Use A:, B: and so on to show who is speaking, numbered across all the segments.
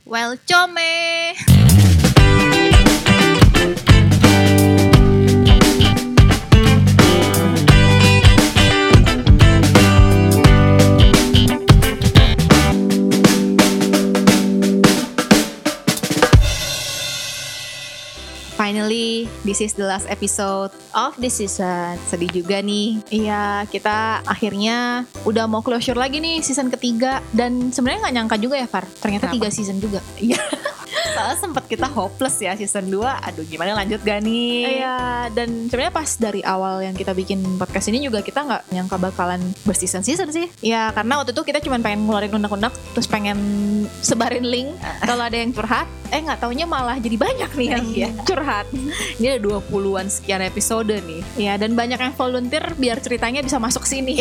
A: Welcome. Finally, this is the last episode of this season. Sedih juga nih. Iya, kita akhirnya udah mau closure lagi nih season ketiga. Dan sebenarnya gak nyangka juga ya, Far. Ternyata 3 season juga. Iya. Soalnya sempat kita hopeless ya season 2. Aduh, gimana lanjut gak nih? Iya, dan sebenarnya pas dari awal yang kita bikin podcast ini juga kita gak nyangka bakalan berseason-season sih. Ya, karena waktu itu kita cuma pengen ngeluarin unek-unek, terus pengen sebarin link kalau ada yang curhat. Gak taunya malah jadi banyak nih yang curhat. Ini ada 20-an sekian episode nih. Ya, dan banyak yang volunteer biar ceritanya bisa masuk sini.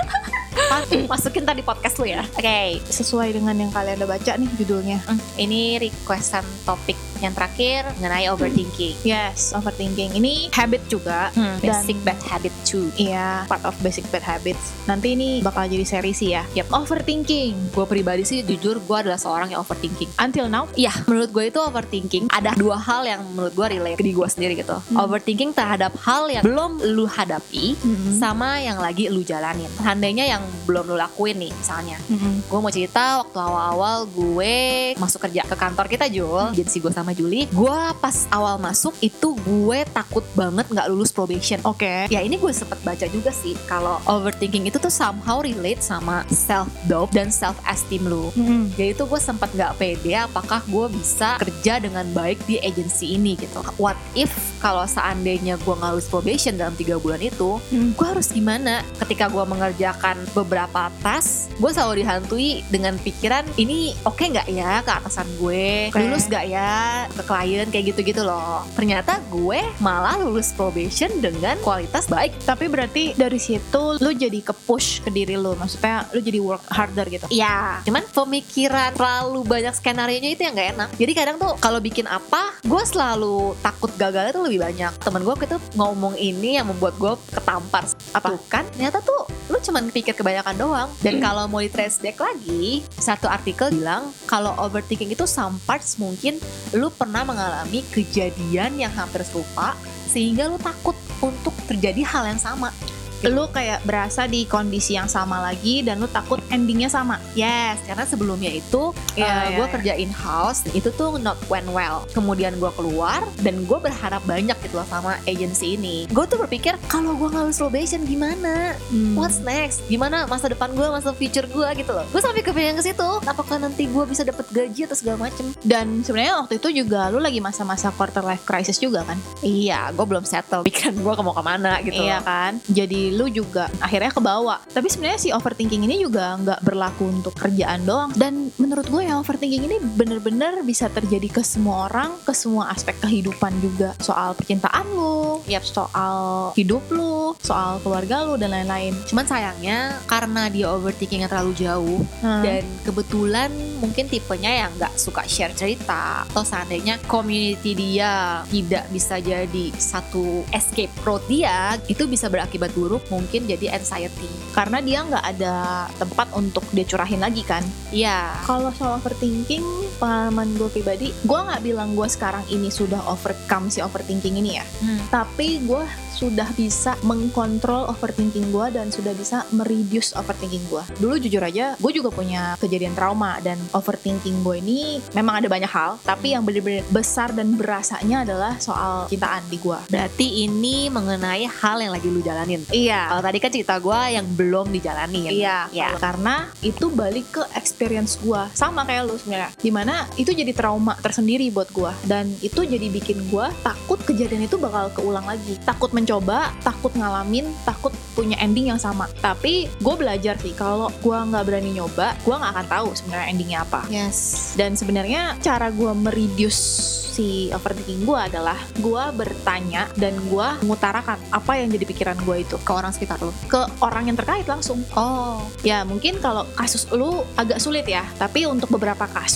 A: Masukin tadi podcast lu ya. Oke. Sesuai dengan yang kalian udah baca nih judulnya. Ini requestan topik yang terakhir mengenai overthinking. Yes, overthinking. Ini habit juga. Basic bad habit too. Iya, part of basic bad habits. Nanti ini bakal jadi seri sih ya. Yep. Overthinking. Gue pribadi sih jujur gue adalah seorang yang overthinking. Until now, iya, menurut gue itu overthinking. Ada 2 hal yang menurut gue relate di gue sendiri gitu. Overthinking terhadap hal yang belum lu hadapi sama yang lagi lu jalanin. Seandainya yang belum lu lakuin nih misalnya. Gue mau cerita waktu awal-awal gue masuk kerja ke kantor kita Jul, agensi gue sama Juli. Gue pas awal masuk itu gue takut banget gak lulus probation. Oke. Ya ini gue sempet baca juga sih kalau overthinking itu tuh somehow relate sama self-doubt dan self-esteem lu. Jadi tuh gue sempet gak pede apakah gue bisa kerja dengan baik di agensi ini gitu. What if kalau seandainya gue gak lulus probation dalam 3 bulan itu, gue harus gimana? Ketika gue mengerjakan beberapa task, gue selalu dihantui dengan pikiran ini oke gak ya ke atasan gue, lulus gak ya ke klien, kayak gitu-gitu loh. Ternyata gue malah lulus probation dengan kualitas baik. Tapi berarti dari situ lu jadi ke-push ke diri lu, maksudnya lu jadi work harder gitu. Iya, cuman pemikiran terlalu banyak skenario-nya itu yang gak enak. Jadi kadang tuh kalau bikin apa, gue selalu takut gagalnya tuh lebih banyak. Temen gue itu ngomong ini yang membuat gue ketampar. Apa? Tuh kan, ternyata tuh lu cuman pikir kebanyakan doang. Dan kalau mau di-trace back lagi, satu artikel bilang kalau overthinking itu some parts mungkin lu pernah mengalami kejadian yang hampir serupa sehingga lu takut untuk terjadi hal yang sama. Lu kayak berasa di kondisi yang sama lagi dan lu takut endingnya sama. Yes, karena sebelumnya itu gue kerja in-house, itu tuh not went well. Kemudian gue keluar dan gue berharap banyak gitu loh sama agency ini. Gue tuh berpikir kalau gue nggak lulus probation gimana? What's next? Gimana masa depan gue, masa future gue gitu loh. Gue sampai kepikiran ke situ. Apakah nanti gue bisa dapet gaji atau segala macem? Dan sebenarnya waktu itu juga lu lagi masa-masa quarter life crisis juga kan? Iya, gue belum settle pikiran gue mau kemana gitu. Iya kan? Jadi lu juga akhirnya kebawa. Tapi sebenarnya si overthinking ini juga nggak berlaku untuk kerjaan doang. Dan menurut gue ya overthinking ini bener-bener bisa terjadi ke semua orang, ke semua aspek kehidupan juga. Soal percintaan lu, soal hidup lu, soal keluarga lu dan lain-lain. Cuman sayangnya karena dia overthinking yang terlalu jauh dan kebetulan mungkin tipenya yang nggak suka share cerita, atau seandainya community dia tidak bisa jadi satu escape route dia, itu bisa berakibat buruk, mungkin jadi anxiety karena dia nggak ada tempat untuk dia curahin lagi kan. Iya. Kalau soal overthinking, pengalaman gue pribadi, gue nggak bilang gue sekarang ini sudah overcome si overthinking ini ya, tapi gue sudah bisa mengkontrol overthinking gue dan sudah bisa mereduce overthinking gue. Dulu jujur aja, gue juga punya kejadian trauma dan overthinking gue ini memang ada banyak hal, tapi yang benar-benar besar dan berasanya adalah soal cintaan di gue. Berarti ini mengenai hal yang lagi lu jalanin. Iya. Kalau tadi kan cerita gue yang belum dijalanin. Iya. Karena itu balik ke experience gue, sama kayak lu sebenarnya. Dimana itu jadi trauma tersendiri buat gue dan itu jadi bikin gue takut kejadian itu bakal keulang lagi. Takut mencoba, takut ngalamin, takut punya ending yang sama. Tapi gue belajar sih kalau gue nggak berani nyoba, gue nggak akan tahu sebenarnya endingnya apa. Yes. Dan sebenarnya cara gue mereduce si overthinking gue adalah gue bertanya dan gue mengutarakan apa yang jadi pikiran gue itu ke orang sekitar lo, ke orang yang terkait langsung. Oh, ya mungkin kalau kasus lu agak sulit ya, tapi untuk beberapa kasus, dan gue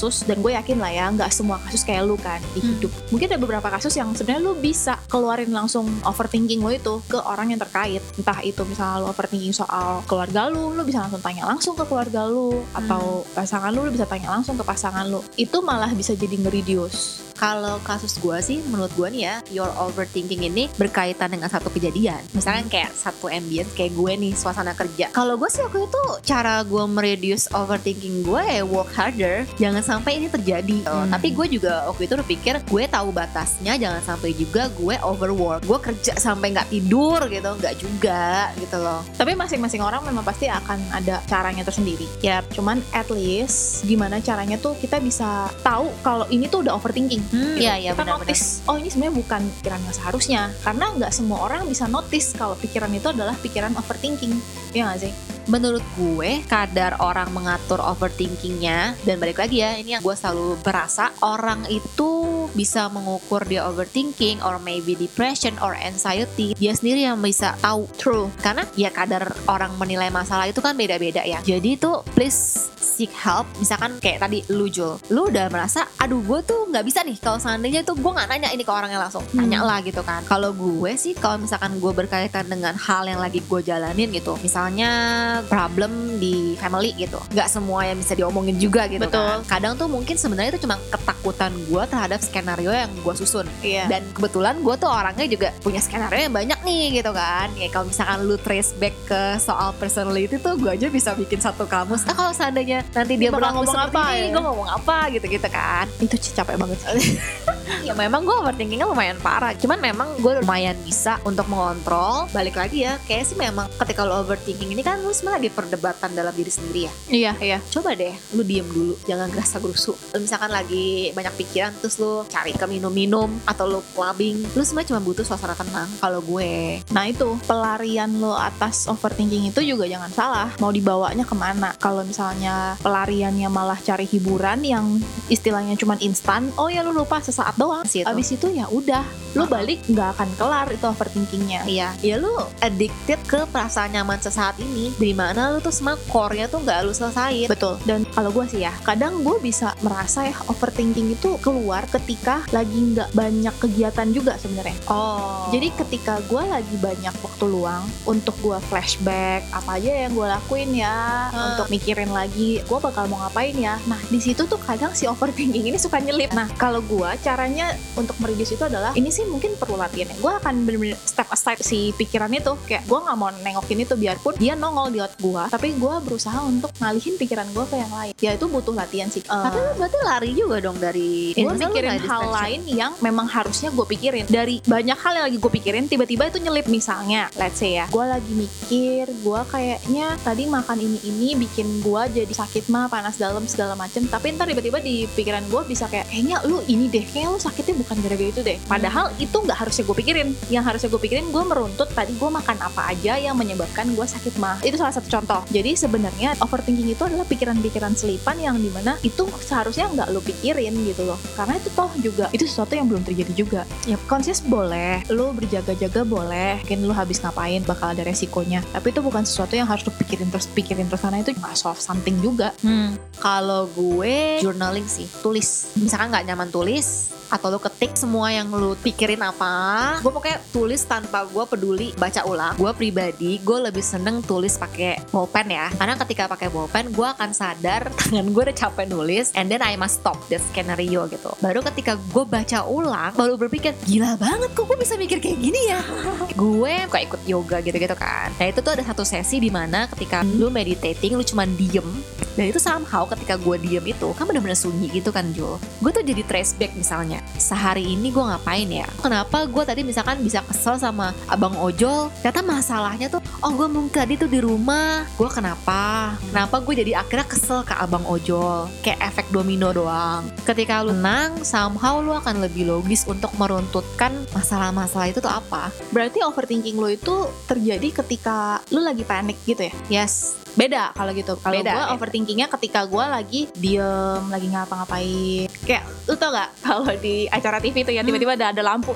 A: gue yakin lah ya, nggak semua kasus kayak lu kan di hidup. Mungkin ada beberapa kasus yang sebenarnya lu bisa keluarin langsung overthinking lo itu ke orang yang terkait. Entah itu misalnya lu overthinking soal keluarga lu bisa langsung tanya langsung ke keluarga lu, atau pasangan lu bisa tanya langsung ke pasangan lu. Itu malah bisa jadi nge-reduce.
B: Kalau kasus gue sih, menurut gue nih ya, your overthinking ini berkaitan dengan satu kejadian. Misalkan kayak satu ambience, kayak gue nih, suasana kerja. Kalau gue sih waktu itu, cara gue mereduce overthinking gue ya work harder. Jangan sampai ini terjadi. Tapi gue juga waktu itu berpikir, gue tahu batasnya, jangan sampai juga gue overwork. Gue kerja sampai gak tidur gitu, gak juga gitu loh.
A: Tapi masing-masing orang memang pasti akan ada caranya tersendiri. Ya, cuman at least gimana caranya tuh kita bisa tahu kalau ini tuh udah overthinking.
B: Iya,
A: kita
B: benar-benar.
A: notice, oh ini sebenarnya bukan pikiran yang seharusnya. Karena nggak semua orang bisa notice kalau pikiran itu adalah pikiran overthinking. Iya nggak sih?
B: Menurut gue, kadar orang mengatur overthinkingnya, dan balik lagi ya, ini yang gue selalu berasa, orang itu bisa mengukur dia overthinking, or maybe depression, or anxiety. Dia sendiri yang bisa tahu.
A: True.
B: Karena ya kadar orang menilai masalah itu kan beda-beda ya. Jadi tuh please seek help. Misalkan kayak tadi lu Jul, lu udah merasa, aduh gue tuh gak bisa nih, kalau seandainya tuh gue gak nanya ini ke orangnya langsung, tanya lah gitu kan. Kalau gue sih, kalau misalkan gue berkaitan dengan hal yang lagi gue jalanin gitu, misalnya problem di family gitu, gak semua yang bisa diomongin juga gitu.
A: Betul.
B: Kan. Kadang tuh mungkin sebenarnya itu cuma ketakutan gue terhadap skenario yang gue susun.
A: Iya.
B: Dan kebetulan gue tuh orangnya juga punya skenario yang banyak nih gitu kan. Ya kalau misalkan lu trace back ke soal personality tuh, gue aja bisa bikin satu kamus. Kalau seandainya nanti dia
A: bakal
B: berlaku
A: ngomong
B: seperti
A: apa
B: ini,
A: ya?
B: gue ngomong apa gitu-gitu kan.
A: Itu capek banget sih.
B: Ya memang gue overthinkingnya lumayan parah. Cuman memang gue lumayan bisa untuk mengontrol. Balik lagi ya, kayak sih memang ketika lo overthinking ini kan lu sebenarnya lagi perdebatan dalam diri sendiri ya.
A: Iya.
B: Coba deh lu diem dulu, jangan gerasa gerusu. Lu misalkan lagi banyak pikiran, terus lu cari ke minum-minum atau lu clubbing, lu sebenarnya cuma butuh suasana tenang. Kalau gue,
A: Nah itu, pelarian lo atas overthinking itu juga jangan salah, mau dibawanya kemana. Kalau misalnya pelariannya malah cari hiburan yang istilahnya cuma instan, oh ya lu lupa sesaat doang. Abis itu ya udah, lu balik nggak akan kelar itu overthinkingnya.
B: iya, ya lu addicted ke perasaan nyaman sesaat ini, dimana lu tuh semua core-nya tuh gak lu selesain.
A: Betul. Dan kalau gue sih ya, kadang gue bisa merasa ya overthinking itu keluar ketika lagi nggak banyak kegiatan juga sebenarnya.
B: Oh,
A: Jadi ketika gue lagi banyak waktu luang untuk gue flashback apa aja yang gue lakuin ya, untuk mikirin lagi gue bakal mau ngapain ya. Nah di situ tuh kadang si overthinking ini suka nyelip. Nah kalau gue caranya untuk mereduce itu adalah, ini sih mungkin perlu latihan ya. Gue akan bener-bener step aside si pikiran itu, kayak gue nggak mau nengokin itu biarpun dia nongol di otak gue, tapi gue berusaha untuk ngalihin pikiran gue ke yang lain. Ya itu butuh latihan sih.
B: tapi lu berarti lari juga dong dari
A: Gue mikirin hal lain yang memang harusnya gue pikirin. Dari banyak hal yang lagi gue pikirin, tiba-tiba itu nyelip. Misalnya, let's say ya, gue lagi mikir, gue kayaknya tadi makan ini bikin gue jadi sakit mah, panas dalam segala macem. Tapi ntar tiba-tiba di pikiran gue bisa kayak, kayaknya lu ini deh, kayaknya lu sakitnya bukan gara-gara itu deh. Padahal itu nggak harusnya gue pikirin. Yang harusnya gue pikirin, gue meruntut tadi gue makan apa aja yang menyebabkan gue sakit mah. Itu salah satu contoh. Jadi sebenarnya overthinking itu adalah pikiran-pikiran selipan yang dimana itu seharusnya nggak lu pikirin gitu loh. Karena itu toh juga itu sesuatu yang belum terjadi juga. Ya conscious boleh, lu berjaga-jaga boleh, mungkin lu habis ngapain bakal ada resikonya. Tapi itu bukan sesuatu yang harus lu pikirin terus karena itu nggak solve something juga.
B: Kalau gue journaling sih, tulis. Misalkan nggak nyaman tulis, atau lu ketik semua yang lu pikirin apa, gue pokoknya tulis tanpa gue peduli baca ulang. Gue pribadi, gue lebih seneng tulis pakai bolpen ya, karena ketika pakai bolpen gue akan sadar tangan gue udah capek nulis, and then I must stop the skenario gitu. Baru ketika gue baca ulang, baru berpikir, gila banget kok gue bisa mikir kayak gini ya. Gue kok ikut yoga gitu-gitu kan. Nah itu tuh ada satu sesi di mana ketika lu meditating, lu cuman diem, dan itu somehow ketika gue diem itu kan bener-bener sunyi gitu kan Jul. Gue tuh jadi trace back misalnya, sehari ini gue ngapain ya, kenapa gue tadi misalkan bisa kesel sama abang ojol, ternyata masalahnya tuh, oh gue mungkin tadi tuh di rumah gue kenapa gue jadi akhirnya kesel ke abang ojol. Kayak efek domino doang. Ketika lu tenang, somehow lu akan lebih logis untuk meruntutkan masalah-masalah itu tuh apa.
A: Berarti overthinking lo itu terjadi ketika lu lagi panik gitu ya?
B: Yes.
A: Beda kalau gitu. Kalau
B: Beda,
A: gue
B: beda.
A: overthinkingnya ketika gue lagi diem, lagi ngapa-ngapain. Kayak lu tau gak kalau di acara TV tuh ya tiba-tiba ada lampu ting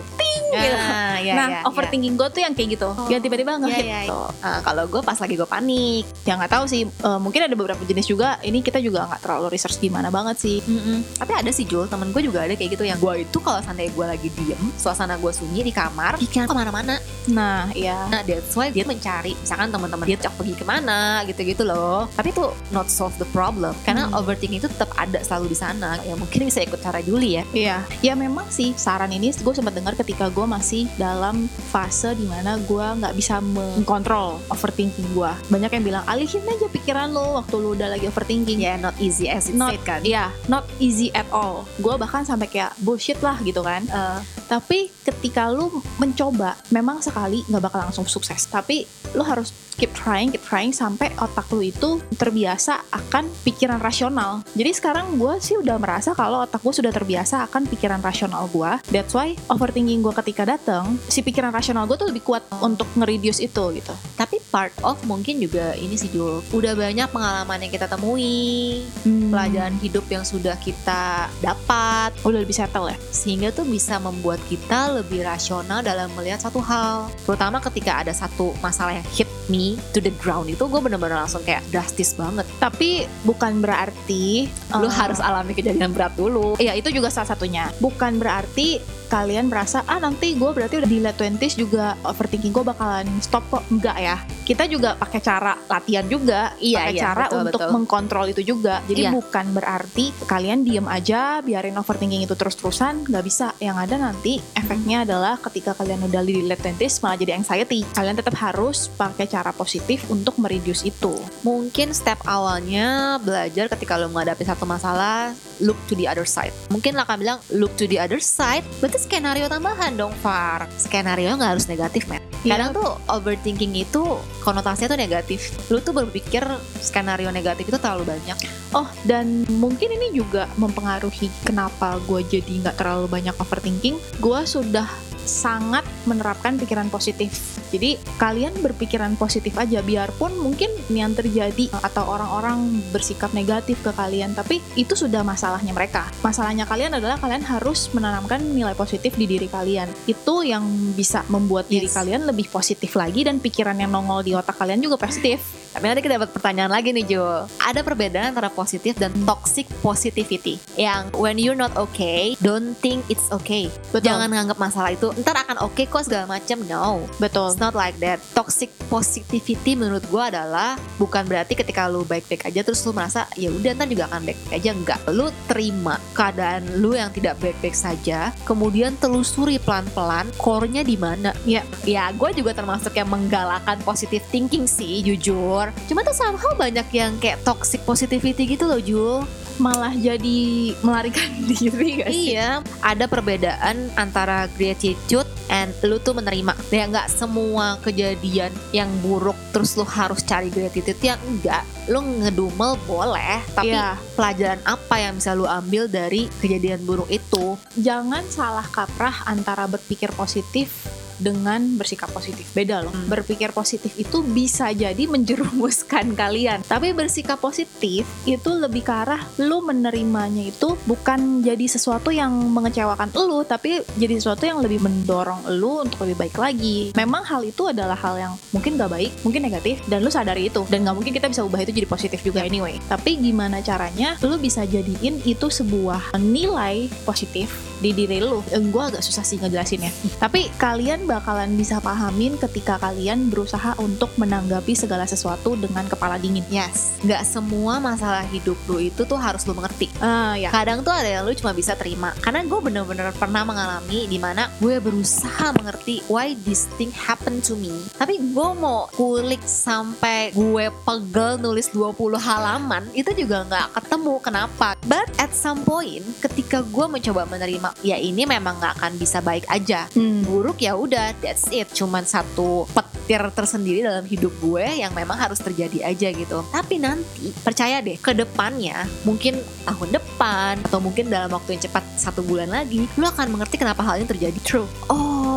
A: gitu.
B: Ya,
A: Nah,
B: ya,
A: overthinking gue tuh yang kayak gitu. Yang tiba-tiba nge-hit
B: ya.
A: tuh.
B: Kalau gue pas lagi gue panik.
A: Ya nggak tahu sih, mungkin ada beberapa jenis juga. Ini kita juga nggak terlalu research gimana banget sih.
B: Tapi ada sih Jul, temen gue juga ada kayak gitu. Yang gue itu kalau seandainya gue lagi diem, suasana gue sunyi di kamar, pikiran kemana-mana.
A: Nah, iya.
B: Nah, that's why dia mencari, misalkan teman-teman dia cok pergi kemana, gitu-gitu loh. Tapi itu not solve the problem, karena overthinking itu tetap ada selalu di sana. Ya mungkin bisa ikut cara Juli ya.
A: Iya, ya memang sih saran ini gue sempat dengar ketika gue masih dalam fase dimana gue nggak bisa mengkontrol overthinking gue. Banyak yang bilang alihin aja pikiran lo waktu lo udah lagi overthinking.
B: Ya, not easy as it said kan.
A: Iya, not easy at all. Gue bahkan sampai kayak bullshit lah gitu kan. Tapi ketika lu mencoba, memang sekali nggak bakal langsung sukses. Tapi lu harus keep trying sampai otak lu itu terbiasa akan pikiran rasional. Jadi sekarang gue sih udah merasa kalau otak gue sudah terbiasa akan pikiran rasional gue. That's why overthinking gue ketika datang, si pikiran rasional gue tuh lebih kuat untuk nge-reduce itu gitu.
B: Tapi part of mungkin juga ini sih Jul, udah banyak pengalaman yang kita temui, pelajaran hidup yang sudah kita dapat,
A: udah lebih settle ya,
B: sehingga tuh bisa membuat kita lebih rasional dalam melihat satu hal. Terutama ketika ada satu masalah yang hit me to the ground, itu gue bener-bener langsung kayak drastis banget.
A: Tapi bukan berarti
B: lu harus alami kejadian berat dulu.
A: Iya, itu juga salah satunya. Bukan berarti kalian merasa nanti gue berarti udah di late 20s juga overthinking gue bakalan stop kok. Enggak ya, kita juga pakai cara latihan juga, pakai cara untuk mengkontrol itu juga. Jadi bukan berarti kalian diem aja biarin overthinking itu terus-terusan, nggak bisa. Yang ada nanti efeknya adalah ketika kalian udah di late 20s malah jadi anxiety. Kalian tetap harus pakai cara positif untuk mereduce itu.
B: Mungkin step awalnya belajar ketika lo menghadapi satu masalah, look to the other side. Mungkin lo akan bilang look to the other side, berarti skenario tambahan dong, Far. Skenario nggak harus negatif, men. Kadang tuh overthinking itu konotasinya tuh negatif. Lu tuh berpikir skenario negatif itu terlalu banyak.
A: Oh, dan mungkin ini juga mempengaruhi kenapa gue jadi nggak terlalu banyak overthinking. Gue sudah sangat menerapkan pikiran positif. Jadi kalian berpikiran positif aja, biarpun mungkin yang terjadi atau orang-orang bersikap negatif ke kalian, tapi itu sudah masalahnya mereka. Masalahnya kalian adalah kalian harus menanamkan nilai positif di diri kalian. Itu yang bisa membuat diri kalian lebih positif lagi, dan pikiran yang nongol di otak kalian juga positif.
B: Tapi nanti kita dapat pertanyaan lagi nih, Jo. Ada perbedaan antara positif dan toxic positivity. Yang when you're not okay, don't think it's okay.
A: Betul.
B: Jangan nganggap masalah itu ntar akan oke kok segala macam. No.
A: Betul.
B: It's not like that. Toxic positivity menurut gue adalah bukan berarti ketika lu baik-baik aja terus lu merasa ya udah ntar juga akan baik-baik aja. Enggak. Lu terima keadaan lu yang tidak baik-baik saja, kemudian telusuri pelan-pelan core-nya di mana. Ya, gue juga termasuk yang menggalakkan positive thinking sih, jujur. Cuma tuh somehow banyak yang kayak toxic positivity gitu loh, Jul.
A: Malah jadi melarikan diri gak sih?
B: Iya, ada perbedaan antara gratitude and lu tuh menerima. Ya nggak semua kejadian yang buruk terus lu harus cari gratitude, yang enggak. Lu ngedumel boleh, tapi pelajaran apa yang bisa lu ambil dari kejadian buruk itu?
A: Jangan salah kaprah antara berpikir positif dengan bersikap positif. Beda loh. Berpikir positif itu bisa jadi menjerumuskan kalian. Tapi bersikap positif itu lebih ke arah lu menerimanya itu bukan jadi sesuatu yang mengecewakan lu, tapi jadi sesuatu yang lebih mendorong lu untuk lebih baik lagi. Memang hal itu adalah hal yang mungkin gak baik, mungkin negatif, dan lu sadari itu. Dan gak mungkin kita bisa ubah itu jadi positif juga anyway. Tapi gimana caranya lu bisa jadiin itu sebuah nilai positif di diri lu. Gue agak susah sih ngejelasinnya. Tapi kalian bakalan bisa pahamin ketika kalian berusaha untuk menanggapi segala sesuatu dengan kepala dingin.
B: Yes. Gak semua masalah hidup lu itu tuh harus lu mengerti. Kadang tuh ada yang lu cuma bisa terima. Karena gue bener-bener pernah mengalami dimana gue berusaha mengerti why this thing happened to me. Tapi gue mau kulik sampai gue pegel nulis 20 halaman, itu juga gak ketemu kenapa. But at some point, ketika gue mencoba menerima ya ini memang gak akan bisa baik aja, buruk ya udah, that's it. Cuman satu petir tersendiri dalam hidup gue yang memang harus terjadi aja gitu. Tapi nanti percaya deh, ke depannya mungkin tahun depan atau mungkin dalam waktu yang cepat 1 bulan lagi, lu akan mengerti kenapa hal ini terjadi.
A: Oh,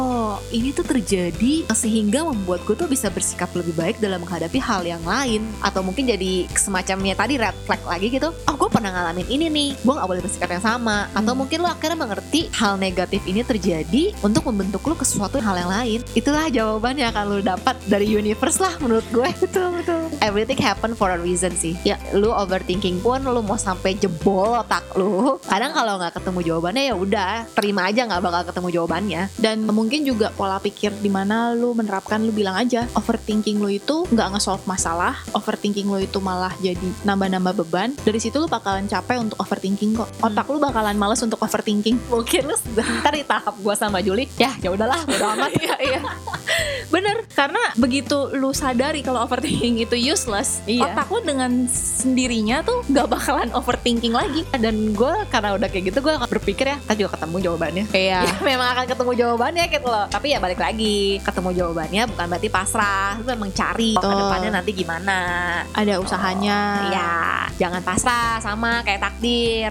B: ini tuh terjadi sehingga membuat gue tuh bisa bersikap lebih baik dalam menghadapi hal yang lain. Atau mungkin jadi semacamnya tadi red flag lagi gitu. Oh, gue pernah ngalamin ini nih, gue gak boleh bersikap yang sama. Atau mungkin lo akhirnya mengerti hal negatif ini terjadi untuk membentuk lo ke sesuatu hal yang lain. Itulah jawabannya akan lo dapat dari universe lah menurut gue.
A: Betul.
B: Everything happen for a reason sih. Ya, lu overthinking pun lu mau sampai jebol otak lu, kadang kalau nggak ketemu jawabannya ya udah terima aja, nggak bakal ketemu jawabannya.
A: Dan mungkin juga pola pikir di mana lu menerapkan, lu bilang aja overthinking lu itu nggak nge-solve masalah, overthinking lu itu malah jadi nambah-nambah beban. Dari situ lu bakalan capek untuk overthinking kok. Otak lu bakalan males untuk overthinking.
B: Mungkin lu sebentar di tahap gua sama Juli, ya udahlah, bodo amat.
A: Iya. Bener, karena begitu lu sadari kalau overthinking itu useless, otak lu dengan sendirinya tuh gak bakalan overthinking lagi.
B: Dan gue karena udah kayak gitu, gue akan berpikir ya, kita juga ketemu jawabannya.
A: Iya.
B: Ya, memang akan ketemu jawabannya gitu loh. Tapi ya balik lagi, ketemu jawabannya bukan berarti pasrah. Lu memang cari ke depannya nanti gimana.
A: Ada usahanya.
B: Ya, jangan pasrah sama kayak takdir.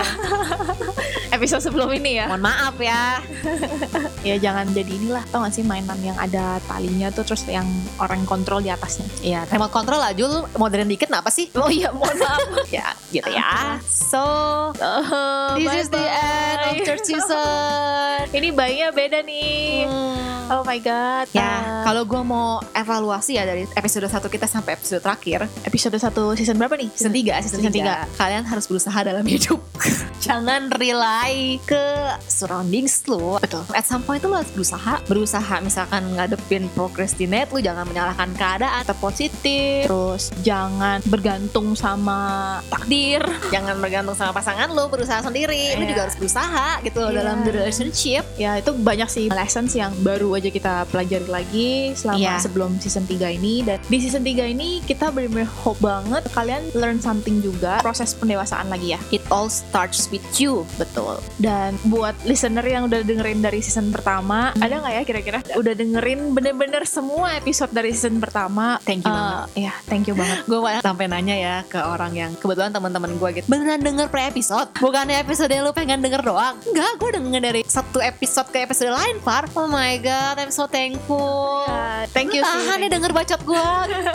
A: Episode sebelum ini ya.
B: Mohon maaf ya.
A: Ya jangan jadi inilah, tau gak sih mainan yang ada talinya tuh terus yang orang kontrol di atasnya.
B: Iya, remote control lah Jul, modern dikit kenapa sih?
A: Oh iya, mohon maaf.
B: Ya, gitu ya. So, this is the end of third season.
A: Ini bayinya beda nih. Oh my god.
B: Ya, kalau gue mau evaluasi ya dari episode 1 kita sampai episode terakhir.
A: Episode 1 season berapa nih?
B: Season 3. Kalian harus berusaha dalam hidup. Jangan rely ke surroundings lu.
A: Betul.
B: At some point itu lu harus berusaha misalkan ngadepin procrastinate, lu jangan menyalahkan keadaan,
A: tetap positif. Terus jangan bergantung sama takdir.
B: Jangan bergantung sama pasangan lu, berusaha sendiri. Lu juga harus berusaha gitu dalam the relationship.
A: Ya, itu banyak sih lessons yang baru aja kita pelajari lagi selama sebelum season 3 ini. Dan di season 3 ini kita benar-benar hope banget kalian learn something juga, proses pendewasaan lagi ya.
B: It all starts with you.
A: Betul. Dan buat listener yang udah dengerin dari season pertama, ada gak ya kira-kira udah dengerin bener-bener semua episode dari season pertama?
B: Thank you banget.
A: Ya, thank you banget.
B: Gue sampai nanya ya ke orang yang kebetulan teman-teman gue gitu, beneran denger per episode? Bukannya episode lu pengen denger doang? Enggak, gue denger dari satu episode ke episode lain, Far. Oh my god, I'm so thankful.
A: Thank you sih.
B: Tahan nih denger bacot gue.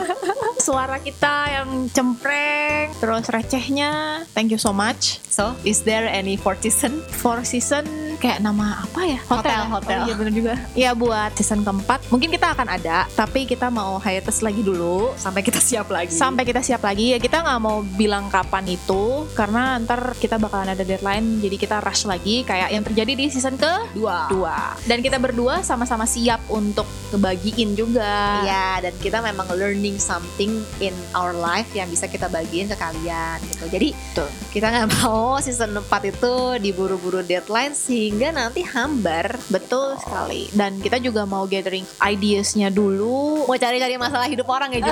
A: Suara kita yang cempreng, terus recehnya. Thank you so much.
B: So, is there any fourth season?
A: Fourth season kayak nama apa ya?
B: Hotel.
A: Oh iya bener juga. Ya buat season keempat mungkin kita akan ada, tapi kita mau hiatus lagi dulu
B: sampai kita siap lagi.
A: Ya kita nggak mau bilang kapan itu karena ntar kita bakalan ada deadline, jadi kita rush lagi kayak yang terjadi di season ke-2. Dan kita berdua sama-sama siap untuk ngebagiin juga.
B: Ya, dan kita memang learning something in our life yang bisa kita bagiin ke kalian gitu. Jadi kita nggak mau season 4 itu diburu-buru deadline sehingga nanti hambar.
A: Betul sekali. Dan kita juga mau gathering ideasnya dulu.
B: Mau cari-cari masalah hidup orang ya Jo.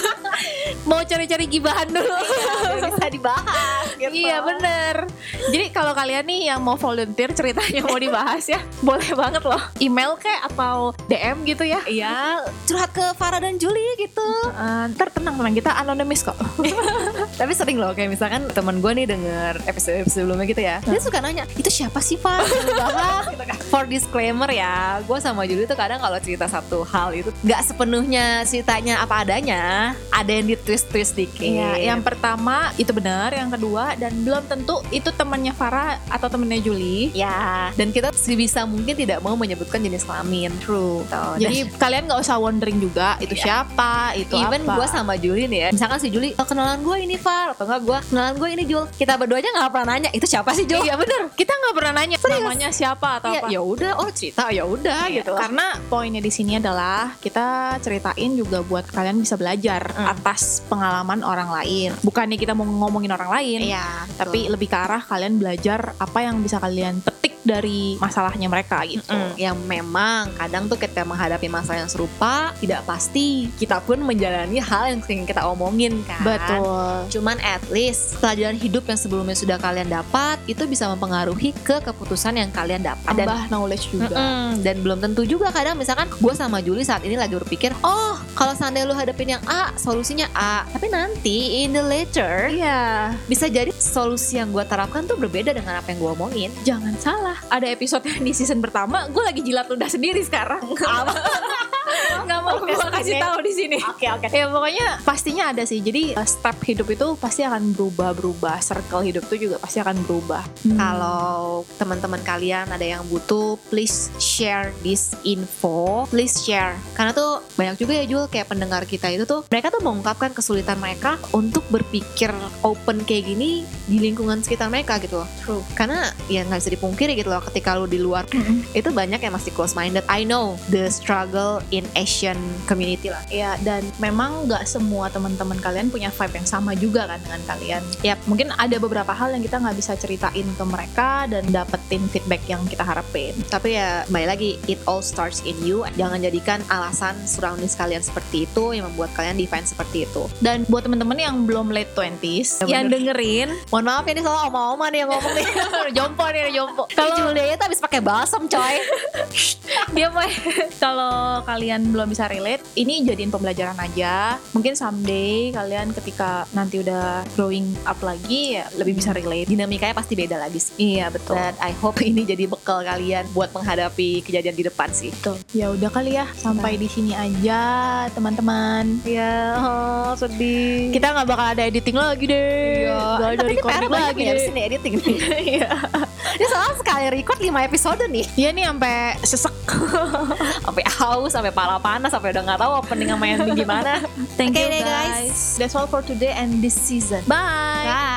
A: Mau cari-cari gibahan dulu.
B: Iya, bisa dibahas gitu.
A: Iya bener. Jadi kalau kalian nih yang mau volunteer ceritanya mau dibahas ya, boleh banget loh. Email kayak atau DM gitu ya.
B: Iya, curhat ke Farah dan Julie gitu.
A: Ntar tenang kita anonymous kok.
B: Tapi sering loh kayak misalkan teman gue nih denger episode sebelumnya gitu ya, dia suka nanya, itu siapa sih Far? Gitu kan. For disclaimer ya, gue sama Julie tuh kadang kalau cerita satu hal itu gak sepenuhnya ceritanya apa adanya, ada yang di twist-twist dikit.
A: Iya, yang pertama itu benar, yang kedua dan belum tentu itu temannya Farah atau temannya Julie.
B: Ya, dan kita sebisa mungkin tidak mau menyebutkan jenis kelamin.
A: True. Jadi kalian gak usah wondering juga itu siapa, itu
B: even
A: apa.
B: Gue sama Julie nih ya, misalkan si Julie, kenalan gue ini Far, atau enggak gue kenalan gue ini Jul, kita berdua aja gak pernah nanya itu siapa sih Jul.
A: Iya bener, kita gak pernah nanya namanya siapa atau apa.
B: Ya udah, cerita ya udah gitu.
A: Karena poinnya di sini adalah kita ceritain juga buat kalian bisa belajar atas pengalaman orang lain. Bukannya kita mau ngomongin orang lain, tapi lebih ke arah kalian belajar apa yang bisa kalian petik dari masalahnya mereka gitu.
B: Yang memang kadang tuh ketika menghadapi masalah yang serupa tidak pasti kita pun menjalani hal yang ingin kita omongin kan.
A: Betul.
B: Cuman at least pelajaran hidup yang sebelumnya sudah kalian dapat itu bisa mempengaruhi ke keputusan yang kalian dapat.
A: Tambah knowledge juga.
B: Dan belum tentu juga kadang misalkan gue sama Julie saat ini lagi berpikir, oh kalau seandainya lu hadapin yang A, solusinya A. Tapi nanti in the later bisa jadi solusi yang gue terapkan tuh berbeda dengan apa yang gue omongin.
A: Jangan salah. ada episode di season pertama, gue lagi jilat ludah sendiri sekarang. Nggak mau gue kasih tahu di sini.
B: Oke.
A: Ya pokoknya pastinya ada sih. Jadi step hidup itu pasti akan berubah. Circle hidup itu juga pasti akan berubah.
B: Kalau teman-teman kalian ada yang butuh, please share this info. Please share. Karena tuh banyak juga ya Jul, kayak pendengar kita itu tuh mereka tuh mengungkapkan kesulitan mereka untuk berpikir open kayak gini di lingkungan sekitar mereka gitu loh.
A: True.
B: Karena ya nggak bisa dipungkiri gitu loh, ketika lu di luar itu banyak yang masih close minded. I know the struggle in Asian community lah.
A: Ya, dan memang nggak semua teman-teman kalian punya vibe yang sama juga kan dengan kalian. Ya, mungkin ada beberapa hal yang kita nggak bisa ceritain ke mereka dan dapetin feedback yang kita harapin.
B: Tapi ya kembali lagi, it all starts in you. Jangan jadikan alasan surroundings kalian seperti itu yang membuat kalian defense seperti itu.
A: Dan buat teman-teman yang belum late 20s yang dengerin,
B: Mohon maaf ya, ini soal oma-oma nih yang ngomong nih.
A: jompo.
B: Kalau Julia itu habis pakai balsam coy.
A: Dia mau kalau kalian belum bisa relate, ini jadiin pembelajaran aja. Mungkin someday kalian ketika nanti udah growing up lagi ya lebih bisa relate.
B: Dinamikanya pasti beda lagi sih.
A: Iya betul.
B: Dan I hope ini jadi bekal kalian buat menghadapi kejadian di depan sih.
A: Betul. Ya udah kali ya, sampai di sini aja teman-teman.
B: Ya, sedih.
A: Kita nggak bakal ada editing lagi deh.
B: Iya.
A: Nggak ada
B: Tapi ini
A: recording
B: PR banyak
A: lagi
B: nih
A: deh.
B: abis ini editing nih.
A: Iya.
B: Ini soalnya sekali record 5 episode nih.
A: Iya nih sampai sesek.
B: Sampai haus, sampai pala panas, sampai udah nggak tahu opening sama ending gimana.
A: Thank
B: Okay
A: you
B: deh,
A: guys. That's all for today and this season. Bye.
B: Bye.